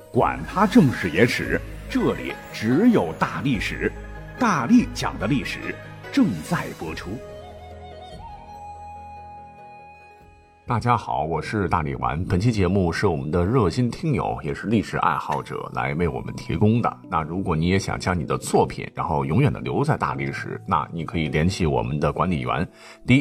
管他正史野史，这里只有大历史，大力讲的历史正在播出。 大家好，我是大力丸。本期节目是我们的热心听友，也是历史爱好者来为我们提供的。那如果你也想将你的作品然后永远的留在大历史，那你可以联系我们的管理员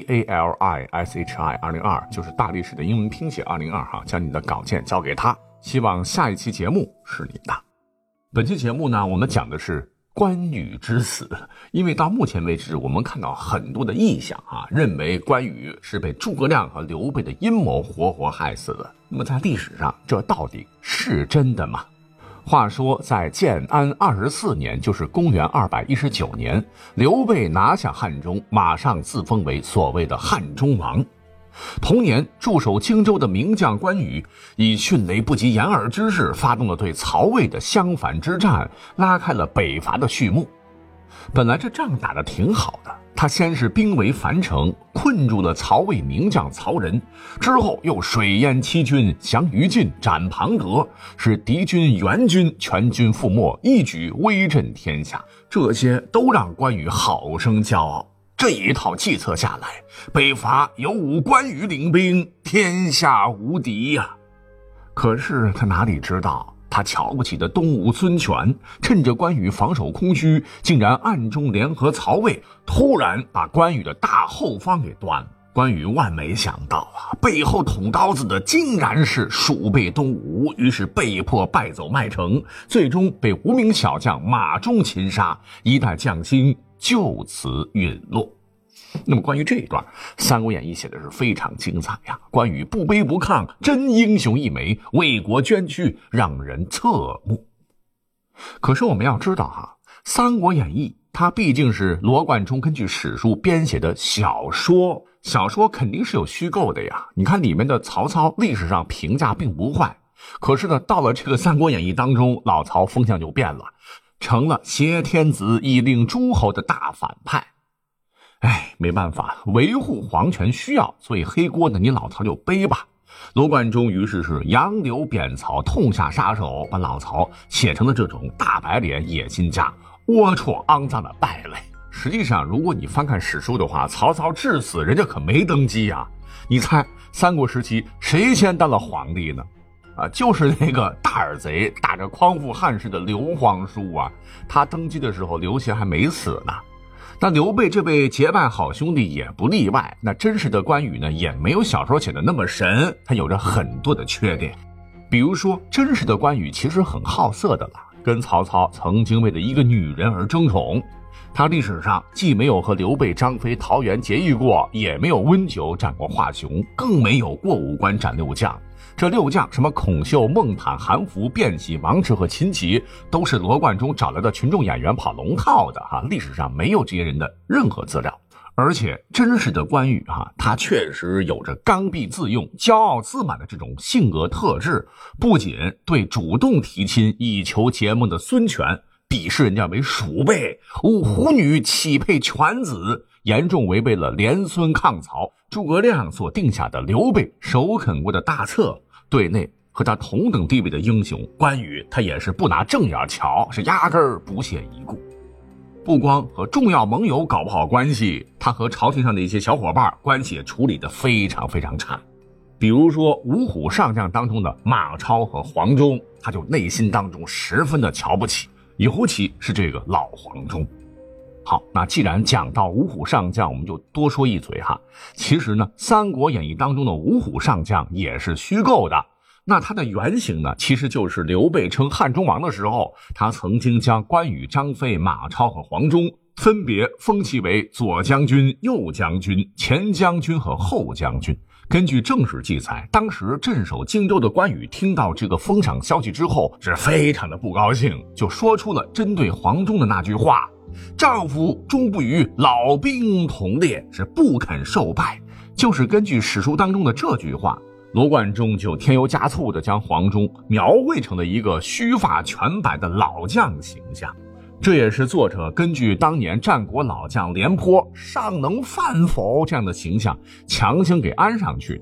DALISHI202，就是大历史的英文拼写202哈，将你的稿件交给他，希望下一期节目是你的。本期节目呢，我们讲的是关羽之死。因为到目前为止我们看到很多的异象认为关羽是被诸葛亮和刘备的阴谋活活害死的。那么在历史上这到底是真的吗？话说在建安24年，就是公元219年，刘备拿下汉中，马上自封为所谓的汉中王。同年，驻守荆州的名将关羽以迅雷不及掩耳之势发动了对曹魏的襄樊之战，拉开了北伐的序幕。本来这仗打得挺好的，他先是兵围樊城，困住了曹魏名将曹仁，之后又水淹七军，降于禁，斩庞德，使敌军援军全军覆没，一举威震天下。这些都让关羽好生骄傲。这一套计策下来，北伐有吾关羽领兵，天下无敌呀。可是他哪里知道，他瞧不起的东吴孙权趁着关羽防守空虚，竟然暗中联合曹魏，突然把关羽的大后方给端了。关羽万没想到背后捅刀子的竟然是鼠辈东吴，于是被迫败走麦城，最终被无名小将马忠擒杀，一代将星就此陨落。那么关于这一段，《三国演义》写的是非常精彩呀，关羽不卑不亢，真英雄一枚，为国捐躯，让人侧目。可是我们要知道《三国演义》它毕竟是罗贯中根据史书编写的小说，小说肯定是有虚构的呀。你看里面的曹操历史上评价并不坏，可是呢，到了这个《三国演义》当中，老曹风向就变了，成了挟天子以令诸侯的大反派。没办法，维护皇权需要，所以黑锅呢你老曹就背吧。罗贯中于是是杨柳贬曹，痛下杀手，把老曹写成了这种大白脸野心家，龌龊肮脏的败类。实际上如果你翻看史书的话，曹操至死人家可没登基啊。你猜三国时期谁先当了皇帝呢？就是那个大耳贼打着匡复汉室的刘皇叔啊。他登基的时候刘协还没死呢。那刘备这位结拜好兄弟也不例外。那真实的关羽呢，也没有小说写的那么神，他有着很多的缺点。比如说真实的关羽其实很好色的了，跟曹操曾经为了一个女人而争宠。他历史上既没有和刘备、张飞桃园结义过，也没有温酒斩过华雄，更没有过五关斩六将。这六将什么孔秀、孟坦、韩福、卞喜、王迟和秦琪，都是罗贯中找来的群众演员跑龙套的历史上没有这些人的任何资料。而且真实的关羽他确实有着刚愎自用、骄傲自满的这种性格特质，不仅对主动提亲以求结盟的孙权鄙视人家为鼠辈，五虎女岂配犬子，严重违背了联孙抗曹诸葛亮所定下的刘备首肯过的大策。对内和他同等地位的英雄关羽，他也是不拿正眼瞧，是压根儿不屑一顾。不光和重要盟友搞不好关系，他和朝廷上的一些小伙伴关系也处理得非常非常差。比如说五虎上将当中的马超和黄忠，他就内心当中十分的瞧不起，尤其是这个老黄忠。好，那既然讲到五虎上将，我们就多说一嘴其实呢，《三国演义》当中的五虎上将也是虚构的。那它的原型呢，其实就是刘备称汉中王的时候，他曾经将关羽、张飞、马超和黄忠分别封其为左将军、右将军、前将军和后将军。根据正史记载，当时镇守荆州的关羽听到这个封赏消息之后，是非常的不高兴，就说出了针对黄忠的那句话：丈夫终不与老兵同列，是不肯受败。就是根据史书当中的这句话，罗贯中就添油加醋地将黄忠描绘成了一个须发全白的老将形象。这也是作者根据当年战国老将廉颇尚能饭否这样的形象强行给安上去的。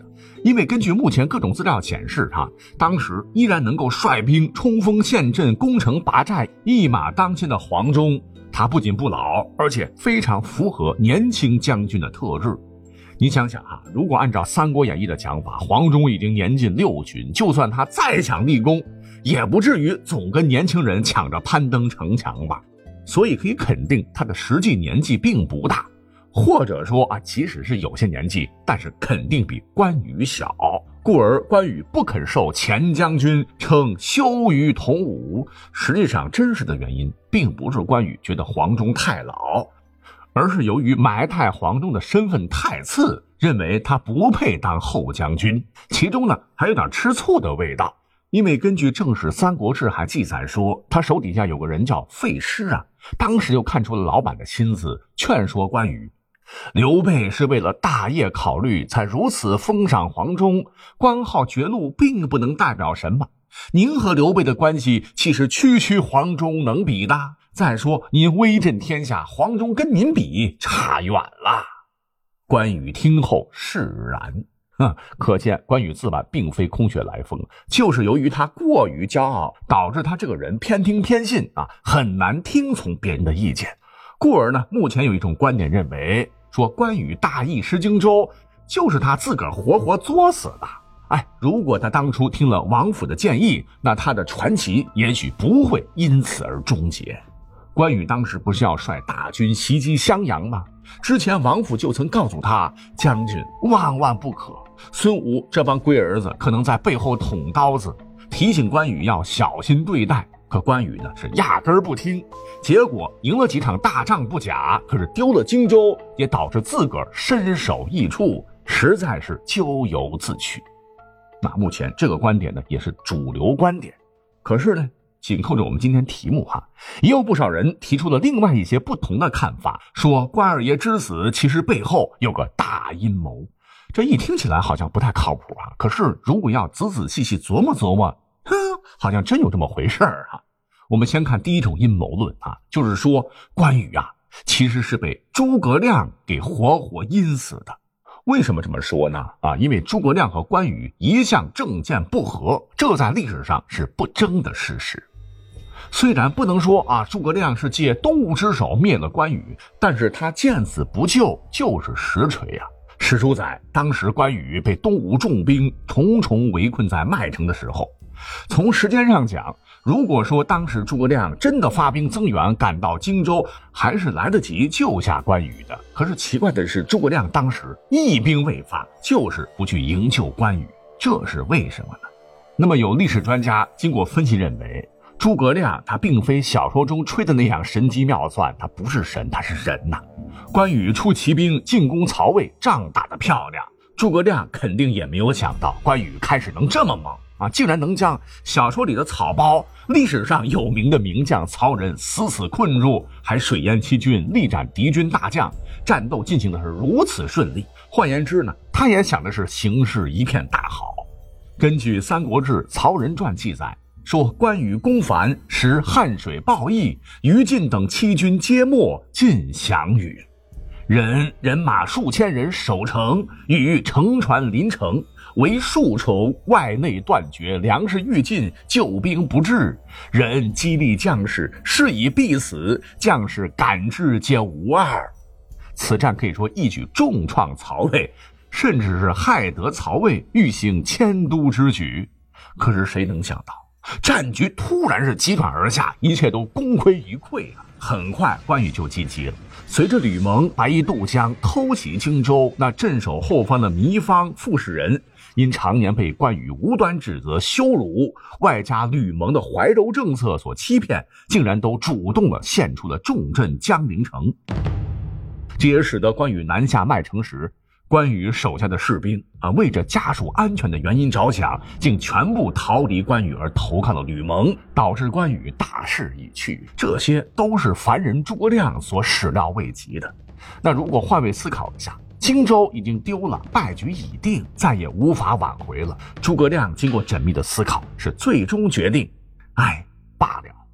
因为根据目前各种资料显示当时依然能够率兵冲锋陷阵、攻城拔寨、一马当先的黄忠，他不仅不老，而且非常符合年轻将军的特质。你想想如果按照《三国演义》的讲法，黄忠已经年近60，就算他再想立功，也不至于总跟年轻人抢着攀登城墙吧。所以可以肯定他的实际年纪并不大，或者说即使是有些年纪，但是肯定比关羽小。故而关羽不肯受前将军称休于同伍，实际上真实的原因并不是关羽觉得黄忠太老，而是由于埋汰黄忠的身份太次，认为他不配当后将军。其中呢还有点吃醋的味道，因为根据正史《三国志》还记载说，他手底下有个人叫费师当时就看出了老板的心思，劝说关羽，刘备是为了大业考虑才如此封赏黄忠，关号绝路并不能代表什么，您和刘备的关系其实区区黄忠能比的，再说您威震天下，黄忠跟您比差远了。关羽听后释然，可见关羽自满并非空穴来风，就是由于他过于骄傲，导致他这个人偏听偏信很难听从别人的意见。故而呢，目前有一种观点认为，说关羽大意失荆州，就是他自个儿活活作死的。如果他当初听了王府的建议，那他的传奇也许不会因此而终结。关羽当时不是要率大军袭击襄阳吗？之前王府就曾告诉他，将军万万不可，孙武这帮龟儿子可能在背后捅刀子，提醒关羽要小心对待。可关羽呢是压根儿不听，结果赢了几场大仗不假，可是丢了荆州，也导致自个儿身首异处，实在是咎由自取。那目前这个观点呢也是主流观点，可是呢紧扣着我们今天题目也有不少人提出了另外一些不同的看法，说关二爷之死其实背后有个大阴谋。这一听起来好像不太靠谱可是如果要仔仔细细琢磨琢磨，好像真有这么回事我们先看第一种阴谋论就是说关羽其实是被诸葛亮给活活阴死的。为什么这么说呢？因为诸葛亮和关羽一向政见不合，这在历史上是不争的事实。虽然不能说诸葛亮是借东吴之手灭了关羽，但是他见死不救就是实锤史书载，当时关羽被东吴重兵重重围困在麦城的时候，从时间上讲，如果说当时诸葛亮真的发兵增援赶到荆州，还是来得及救下关羽的。可是奇怪的是，诸葛亮当时一兵未发，就是不去营救关羽，这是为什么呢？那么有历史专家经过分析认为，诸葛亮他并非小说中吹的那样神机妙算，他不是神，他是人关羽出骑兵进攻曹魏，仗打得漂亮，诸葛亮肯定也没有想到关羽开始能这么猛竟然能将小说里的草包、历史上有名的名将曹仁死死困住，还水淹七军，力斩敌军大将，战斗进行的是如此顺利。换言之呢，他也想的是形势一片大好。根据《三国志·曹仁传》记载，说关羽攻樊时，汉水暴溢，于禁等七军皆没，尽降羽。人马数千人守城，与乘船临城，为数筹，外内断绝，粮食欲尽，救兵不至。人激励将士，是以必死，将士感之皆无二。此战可以说一举重创曹魏，甚至是害得曹魏欲行迁都之举。可是谁能想到，战局突然是急转而下，一切都功亏一篑很快关羽就进击了。随着吕蒙白衣渡江偷袭荆州，那镇守后方的糜芳、傅士仁因常年被关羽无端指责羞辱，外加吕蒙的怀柔政策所欺骗，竟然都主动的献出了重镇江陵城。这也使得关羽南下麦城时，关羽手下的士兵为着家属安全的原因着想，竟全部逃离关羽而投靠了吕蒙，导致关羽大势已去。这些都是凡人诸葛亮所始料未及的。那如果换位思考一下，荆州已经丢了，败局已定，再也无法挽回了。诸葛亮经过缜密的思考，是最终决定罢了，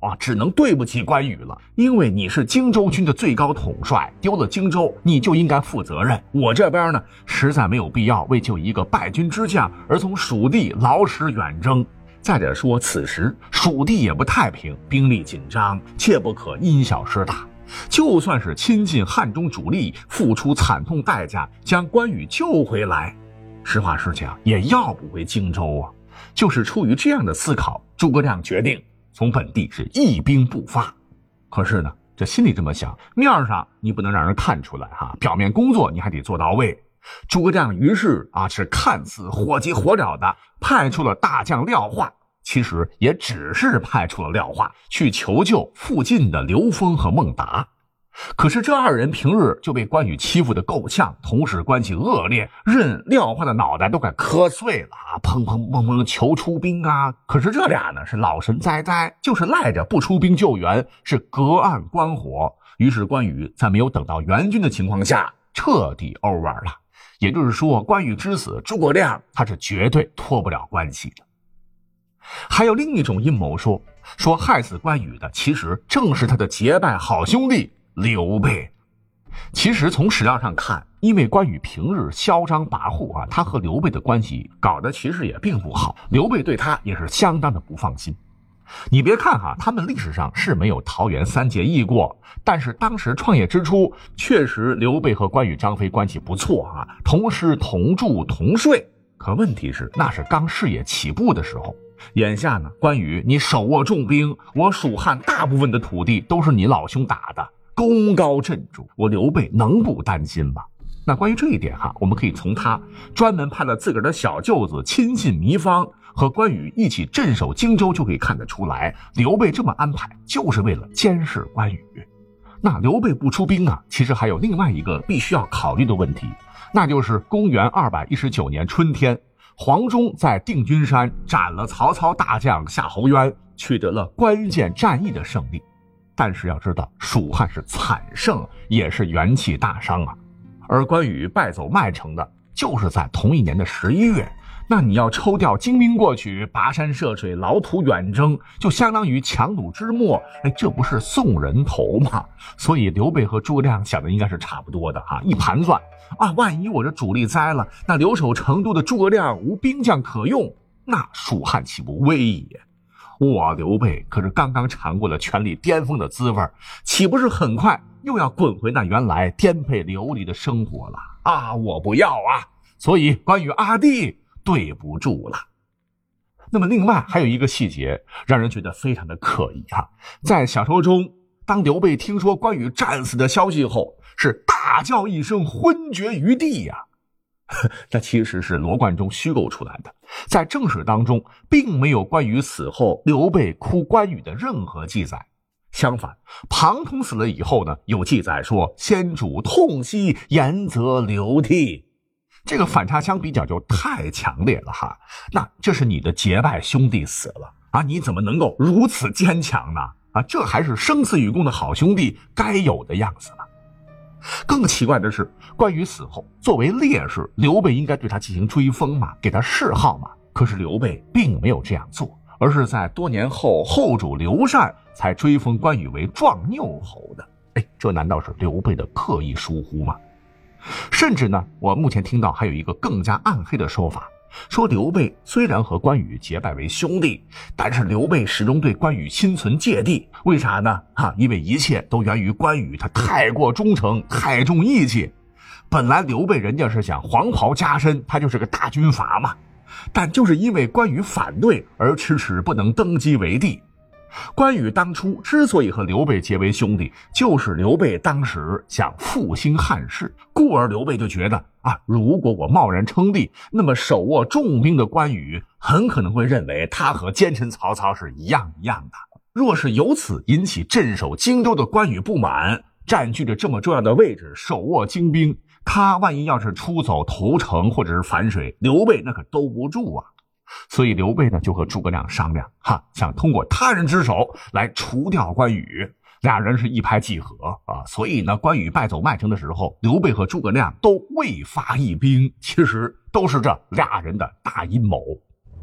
啊，只能对不起关羽了，因为你是荆州军的最高统帅，丢了荆州你就应该负责任。我这边呢，实在没有必要为救一个败军之将而从蜀地劳师远征。再者说，此时蜀地也不太平，兵力紧张，切不可因小失大。就算是亲近汉中主力，付出惨痛代价将关羽救回来，实话实讲也要不回荆州啊。就是出于这样的思考，诸葛亮决定从本地是一兵不发。可是呢，这心里这么想，面上你不能让人看出来哈，表面工作你还得做到位。诸葛亮于是是看似火急火燎的派出了大将廖化，其实也只是派出了廖化去求救附近的刘封和孟达。可是这二人平日就被关羽欺负得够呛，同时关系恶劣，任廖化的脑袋都快磕碎了啊！砰砰砰砰求出兵啊！可是这俩呢是老神栽栽，就是赖着不出兵救援，是隔岸观火。于是关羽在没有等到援军的情况下，彻底 over 了。也就是说，关羽之死，诸葛亮他是绝对脱不了关系的。还有另一种阴谋说害死关羽的其实正是他的结拜好兄弟刘备。其实从史料上看，因为关羽平日嚣张跋扈啊，他和刘备的关系搞得其实也并不好，刘备对他也是相当的不放心。你别看他们历史上是没有桃园三结义过，但是当时创业之初，确实刘备和关羽、张飞关系不错啊，同吃同住同睡。可问题是，那是刚事业起步的时候。眼下呢，关羽你手握重兵，我蜀汉大部分的土地都是你老兄打的，功高震主，我刘备能不担心吗？那关于这一点我们可以从他专门派了自个儿的小舅子亲信糜芳和关羽一起镇守荆州就可以看得出来，刘备这么安排就是为了监视关羽。那刘备不出兵其实还有另外一个必须要考虑的问题，那就是公元219年春天，黄忠在定军山斩了曹操大将夏侯渊，取得了关键战役的胜利。但是要知道，蜀汉是惨胜，也是元气大伤啊。而关羽败走麦城的就是在同一年的11月，那你要抽调精兵过去，跋山涉水，劳途远征，就相当于强弩之末，这不是送人头吗？所以刘备和诸葛亮想的应该是差不多的一盘算万一我这主力栽了，那留守成都的诸葛亮无兵将可用，那蜀汉岂不危也？我刘备可是刚刚尝过了权力巅峰的滋味，岂不是很快又要滚回那原来颠沛流离的生活了我不要所以关羽阿弟对不住了。那么另外还有一个细节让人觉得非常的可疑在小说中，当刘备听说关羽战死的消息后，是大叫一声昏厥于地那其实是罗贯中虚构出来的，在正史当中并没有关羽死后刘备哭关羽的任何记载。相反，庞统死了以后呢，有记载说先主痛惜，言则流涕。这个反差相比较就太强烈了那这是你的结拜兄弟死了你怎么能够如此坚强呢这还是生死与共的好兄弟该有的样子了。更奇怪的是，关羽死后作为烈士，刘备应该对他进行追封嘛，给他谥号嘛。可是刘备并没有这样做，而是在多年后后主刘禅才追封关羽为壮拗侯的。这难道是刘备的刻意疏忽吗？甚至呢，我目前听到还有一个更加暗黑的说法，说刘备虽然和关羽结拜为兄弟，但是刘备始终对关羽心存芥蒂。为啥呢？因为一切都源于关羽他太过忠诚，太重义气。本来刘备人家是想黄袍加身，他就是个大军阀嘛，但就是因为关羽反对而迟迟不能登基为帝。关羽当初之所以和刘备结为兄弟，就是刘备当时想复兴汉室，故而刘备就觉得如果我贸然称帝，那么手握重兵的关羽很可能会认为他和奸臣曹操是一样的。若是由此引起镇守荆州的关羽不满，占据着这么重要的位置，手握精兵，他万一要是出走投诚或者是反水，刘备那可兜不住所以刘备呢就和诸葛亮商量想通过他人之手来除掉关羽。俩人是一拍即合所以呢，关羽败走麦城的时候，刘备和诸葛亮都未发一兵，其实都是这俩人的大阴谋。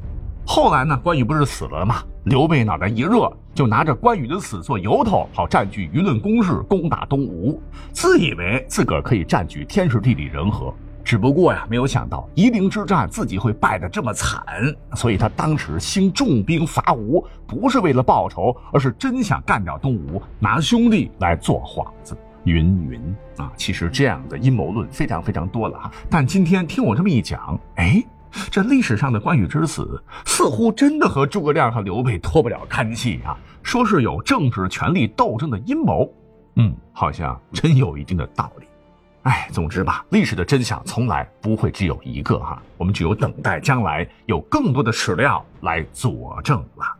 后来呢，关羽不是死了吗？刘备脑袋一热，就拿着关羽的死做由头，好占据舆论攻势，攻打东吴，自以为自个儿可以占据天时地利人和。只不过呀，没有想到夷陵之战自己会败得这么惨，所以他当时兴重兵伐吴，不是为了报仇，而是真想干掉东吴，拿兄弟来做幌子。云啊，其实这样的阴谋论非常非常多了哈。但今天听我这么一讲，这历史上的关羽之死似乎真的和诸葛亮和刘备脱不了干系啊，说是有政治权力斗争的阴谋，好像真有一定的道理。总之吧，历史的真相从来不会只有一个哈，我们只有等待将来有更多的史料来佐证了。